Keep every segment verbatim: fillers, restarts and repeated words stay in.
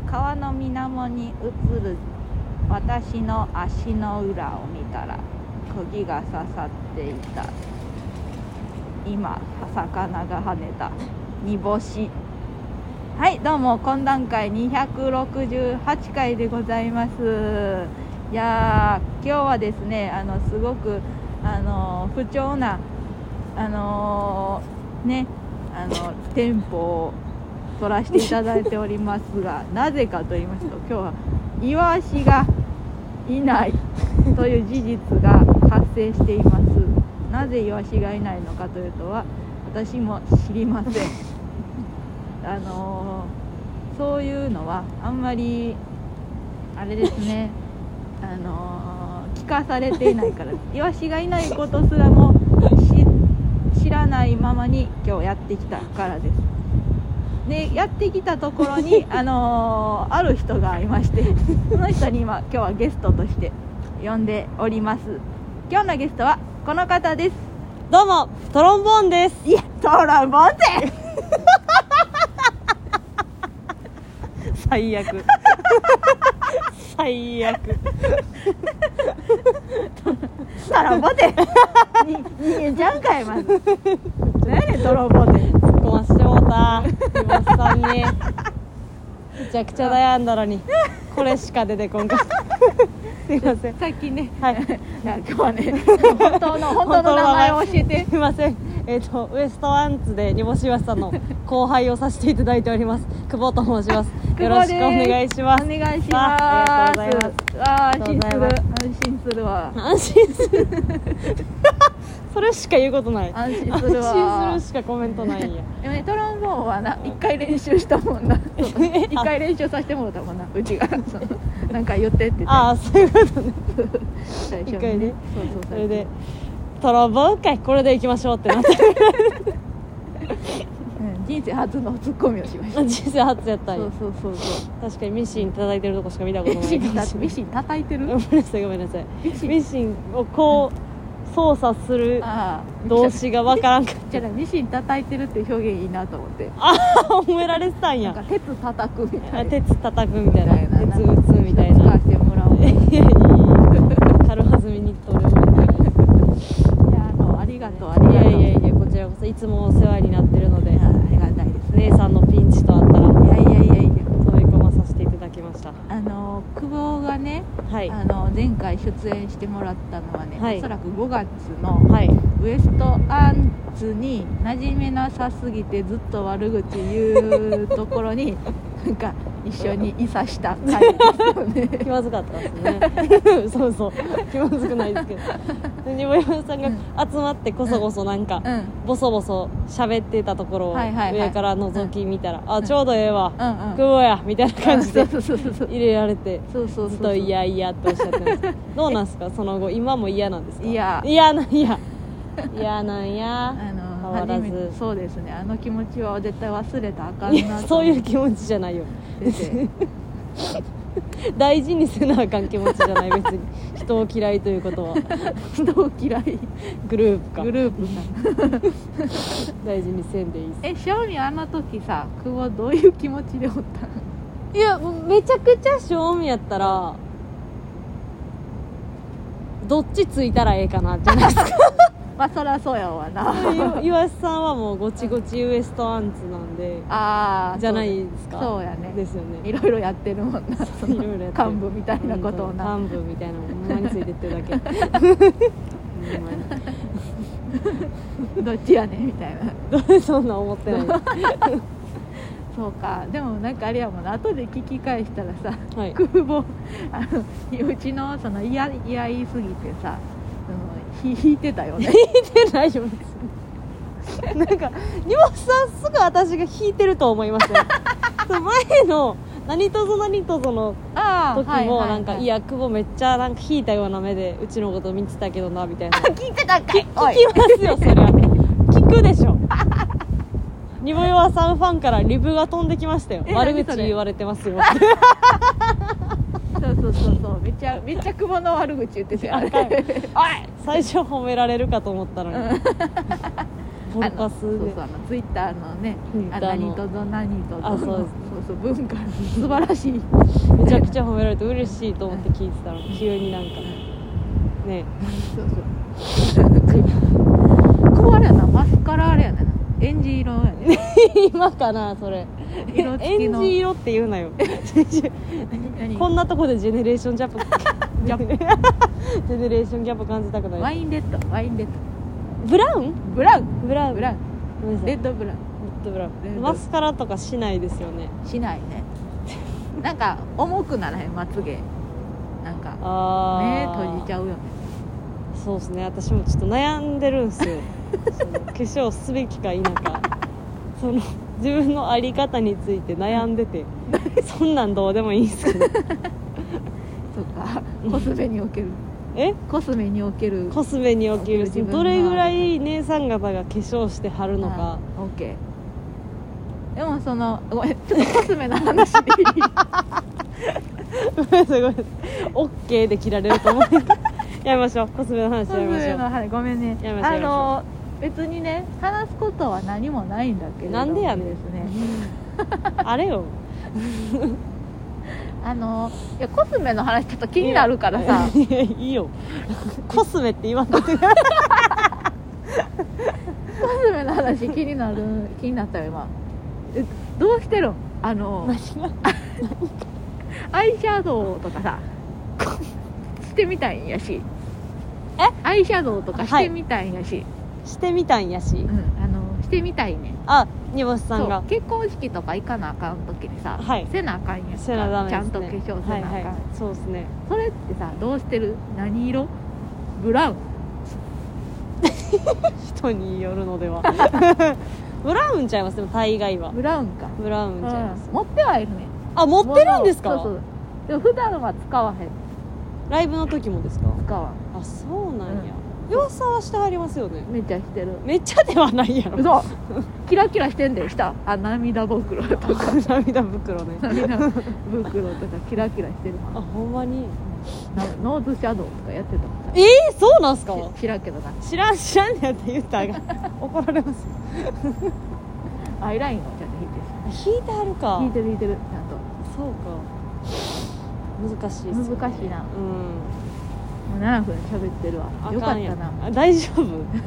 川の水面に映る私の足の裏を見たら釘が刺さっていた。今魚が跳ねた。煮干し。はい、どうも懇談会にひゃくろくじゅうはちかいでございます。いやー、今日はですね、あのすごくあの不調なあのー、ねあのテンポを取らせていただいておりますがなぜかと言いますと、今日はイワシがいないという事実が発生しています。なぜイワシがいないのかというとは私も知りません。あのー、そういうのはあんまりあれですねあのー、聞かされていないからイワシがいないことすらも知らないままに今日やってきたからです。でやってきたところに、あのー、ある人がいまして、その人に今今日はゲストとして呼んでおります。今日のゲストはこの方です。 どうもトロンボーンです。 いやトロンボーンって最悪最悪トロンボーンって人間ちゃうんかい。まず何やねんトロンボーンって突っ込ましてもうた岩瀬さんにめちゃくちゃ悩んだのにこれしか出てこんかすいません。 さっきね、 はい、 今日はね本当の本当の名前を教えて。 すいません。えっ、ー、とウエストアンツで煮干し岩瀬さんの後輩をさせていただいております久保と申します。よろしくお願いします。 お願いします。 ありがとうございます。 あ安心する安心するわ。 安心するそれしか言うことない。 安心するわ。 安心するしかコメントないんや。 でもね、トロンボーンはな一回練習したもんな。一回練習させてもらったもんな、うちがそのなんか言ってって言って。 ああそういうことね最初に一回ね。 そうそうそれでトロンボーンかいこれでいきましょうってなって人生初のツッコミをしました。 人生初やったんや。 そうそうそうそう。 確かにミシン叩いてるとこしか見たことないかもしれない。 ミシン叩いてる。 ごめんなさいごめんなさい。 ミシンミシンをこう操作する動詞がわからんかった。 じゃあミシン叩いてるって表現いいなと思って。 ああ褒められてたんや。 なんか鉄叩くみたいな。 鉄叩くみたいな。鉄打つみたい使わな。 せてもらおう。 いやいや軽はずみにとる。 いやあのありがとうありがとう。 いやいやいやこちらこそいつもお世話になってるので。 ありがたいですね。 姉さんのピンチとあったらいやいやいやいや飛び込まさせていただきました。 あの久保がね、 はい、 あの前回出演してもらったのはね、 はい、 おそらくごがつのウエストアンツに馴染めなさすぎてずっと悪口言うところになんか一緒にいさした回ですよね。 気まずかったですねそうそう気まずくないですけどにもやまさんが集まってこそこそなんか、うん、ボソボソ喋ってたところを上から覗き見たら、うん、あちょうどええわ、うんうん、久保やみたいな感じで入れられてずっと嫌々っておっしゃってますどうなんですかその後今も嫌なんですか。 嫌嫌なんや嫌なんや。 あの変わらずそうですね。あの気持ちは絶対忘れたらあかんなと。 そういう気持ちじゃないよ大事にせなあかん気持ちじゃない別に人を嫌いということは人を嫌いグループかグループか大事にせんでいいっす。 え正味あの時さ久保どういう気持ちでおったの。 いやめちゃくちゃ正味やったらどっちついたらええかなじゃないですかまあそりゃそうやわな岩瀬さんはもうごちごちウエストアンツなんであじゃないですか。 そうやね。 ですよね。 いろいろやってるもんな。そのいろいろやってる幹部みたいなことをな、 幹部みたいなほんまについてってるだけほんまにどっちやねんみたいなそんな思ってないそうか。でもなんかあれやもんな、後で聞き返したらさ、 はい、 空母あのうちのその嫌嫌言いすぎてさその引いてたよね。 引いてないよ別になんか荷本さんすぐ私が引いてると思いますよ前の何とぞ何とぞの時もなんか、いや久保めっちゃなんか引いたような目でうちのこと見てたけどなみたいな。 聞いてたんかい。 聞きますよそりゃ聞くでしょニボヨワさんファンからリブが飛んできましたよ。悪口言われてますよそうそうそうそうめっちゃめっちゃ久保の悪口言ってたよ。おい最初褒められるかと思ったのにボルパスでそうそうあのツイッターのねあ何とぞ何とぞあそうですそうそう文化素晴らしいめちゃくちゃ褒められて嬉しいと思って聞いてたら急になんかねそうそうここあれやなマスカラあれやなエンジ色やね今かなそれ色付きのエンジ色って言うなよこんなとこでジェネレーションジャップジャップジェネレーションギャップ感じたくない。 ワインレッドワインレッドブラウンブラウンブラウンブラウンごめんなさいレッドブラウンレッドブラウレッドンマスカラとかしないですよね。 しないねなんか重くならへんまつげなんかあ目閉じちゃうよね。 そうですね私もちょっと悩んでるんですよその化粧すべきか否かその自分の在り方について悩んでてそんなんどうでもいいんですけどそっかコスメにおけるえコスメにおけるコスメにおける自分のどれぐらい姉さん方が化粧してはるのか。 オッケー。でもそのごめんちょっとコスメの話でいいごめんなさいごめんなさいオッケーで切られると思うやめましょうコスメの話コスやめましょうメの話ごめんねやめましょうあの別にね話すことは何もないんだけれどもなんでやねんですねあれよあのいやコスメの話ちょっと気になるからさいやいいよコスメって言わんとってコスメの話気になる気になったよ今えどうしてるんあの何がアイシャドウとかさしてみたいんやしえアイシャドウとかしてみたいんやし、 してみたんやし、 うん、あのしてみたいねあ煮干しさんがそう結婚式とか行かなあかん時にさ、 はいせなあかんやんかせなダメですねちゃんと化粧せなあかん、 はいはい、そうですねそれってさどうしてる何色ブラウン人によるのではブラウンちゃいますでも大概はブラウンかブラウンちゃいます、 うん持ってはいるねあ持ってるんですか。 そうそうでも普段は使わへんライブの時もですか。 使わんあそうなんや、様子はしてはりますよね。 めっちゃしてるめっちゃではないやろ嘘キラキラしてんでしたあ涙袋とか涙袋ね涙袋とかキラキラしてるあほんまになノーズシャドウとかやってたもんえー、そうなんすか。 知らんけどな知らん知らんやって言ったら怒られますアイラインをちゃんと引いて引いてはるか引いてる引いてるちゃんそうか難しいっす、ね、 難しいなうんともうななふん喋ってるわよかったあんやんなあ大丈夫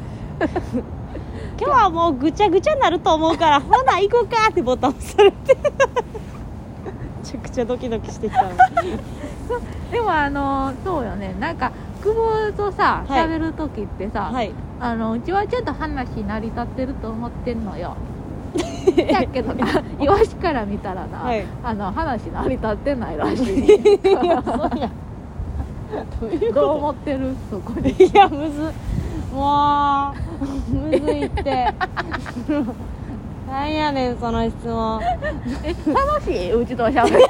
今日はもうぐちゃぐちゃになると思うからほな行こうかってボタン押されてめちゃくちゃドキドキしてきたのでもあのそうよねなんか久保とさはい喋る時ってさ、 はいあのうちはちょっと話成り立ってると思ってんのよだけどなイワシから見たらな、 はいあの話成り立ってないらしいいやそうやどういうことどう思ってるそこにいやむずもうむずいってなんやねんその質問え楽しいうちと喋って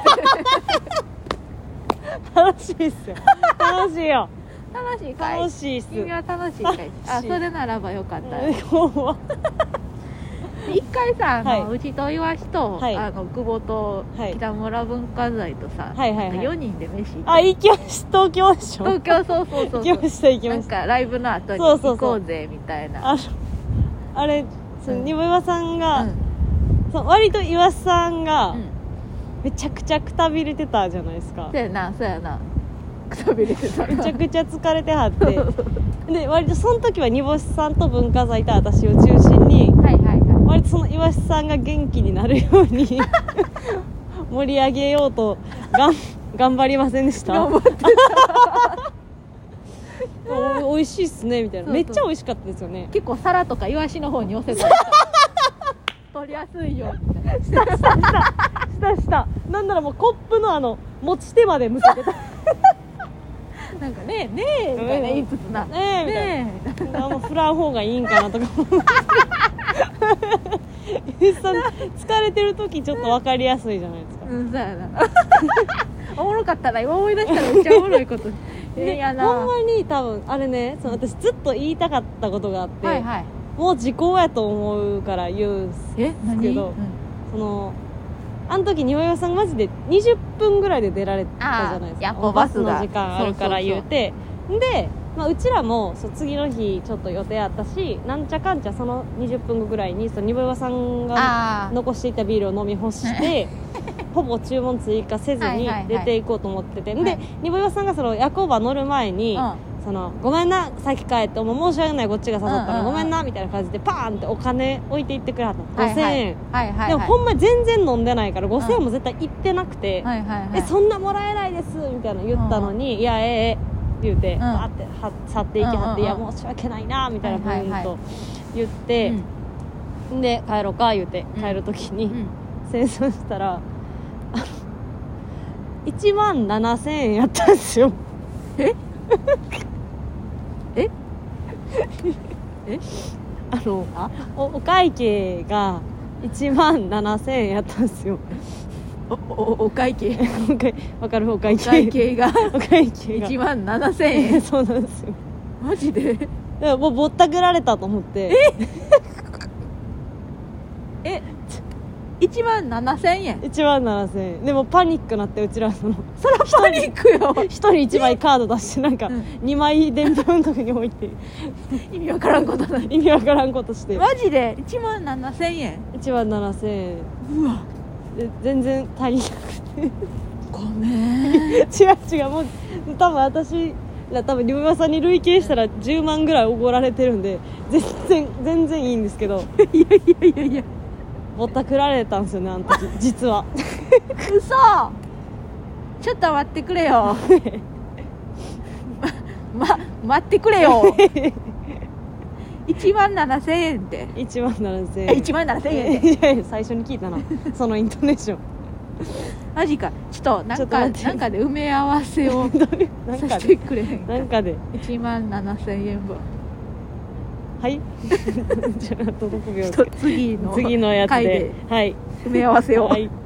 楽しいっすよ楽しいよ楽しいかい楽しいっす君は楽しいかいあそれならばよかったよ怖っ一回さあの、 はいうちとイワシと、 はいあの久保とはい北村文化財とさ、 はいはいはいよにんで飯行ってあ行きました東京でしょ東京そうそうそう行きました行きなんましたかライブの後にそうそうそう行こうぜみたいなああれそのうんにぼ岩さんが、 うんその割と岩さんが、 うんめちゃくちゃくたびれてたじゃないですかそうやなそうやなくたびれてためちゃくちゃ疲れてはってで割とその時は煮干しさんと文化財と私を中心にはいはいはい割とその岩さんが元気になるように盛り上げようとがん頑張りませんでした頑張っておおいしいっすねみたいなそうそうめっちゃ美味しかったですよね結構皿とかイワシの方に寄せたり取りやすいよみたいなしたしたしたしたしたなんならもうコップのあの持ち手まで向けてたなんかねえねえみたいな言いつつなねえみたいなねえあんま振らん方がいいんかなとか思って疲れてる時ちょっと分かりやすいじゃないですか、 うんそうやなおもろかったな今思い出したらめっちゃおもろいことえでえやなほんまに多分あれねその私ずっと言いたかったことがあって、 はいはいもう時効やと思うから言うんすえ何けどうんそのあの時にお岩さんマジでにじゅっぷんぐらいで出られたじゃないですかあー夜行バスがバスの時間あるから言うてで、まあ、うちらもそう次の日ちょっと予定あったしなんちゃかんちゃそのにじゅっぷんごぐらいにそのにぼ岩さんがあー残していたビールを飲み干してほぼ注文追加せずに出ていこうと思ってて、 はいはいはい、 でにぼよさんがその夜行バ乗る前に、うん、そのごめんな先帰ってもう申し訳ないこっちが誘ったら、うんうんうん、ごめんなみたいな感じでパーンってお金置いていってくれはった、はいはい、ごせんえん、はいはいはい、でもほんま全然飲んでないからごせんえんも絶対行ってなくて、うんはいはいはい、えそんなもらえないですみたいな言ったのに、うん、いやええええ言うて、うん、バーっては去っていきはって、うんうんうん、いや申し訳ないなみたいなブーンと言って、はいはいはい、で帰ろうか言うて帰るときに、うん、清算したらいちまんななせんえんやったんですよ。 えええあのあ お, お会計がいちまんななせんえんやったんですよ。 お, お, お会計わかるお会計お会計がお会計がいちまんななせんえんそうなんですよ。 マジででももうぼったくられたと思ってええいちまんななせんえんいちまんななせんえんでもパニックなってうちらそのそらパニックよひとりいちまいカード出してなんかにまい伝票のとこに置いて意味わからんことない意味わからんことしてマジでいちまんななせんえんいちまんななせんえんうわで全然足りなくてごめん違う違うもう多分私多分りょうやさんに累計したらじゅうまんぐらいおごられてるんで全然全然いいんですけどいやいやいやいやぼったくられたんですよねあの時実は嘘ちょっと待ってくれよま、ま、待ってくれよいちまんななせんえんっていちまんななせんえんいちまんななせんえんっていやいや最初に聞いたなそのイントネーションマジかちょっとなんかなんかで埋め合わせをさせてくれへんなんかでいちまんななせんえん分はいじゃああとろくびょう次の次のやつで、 回ではい、 埋め合わせを、 はい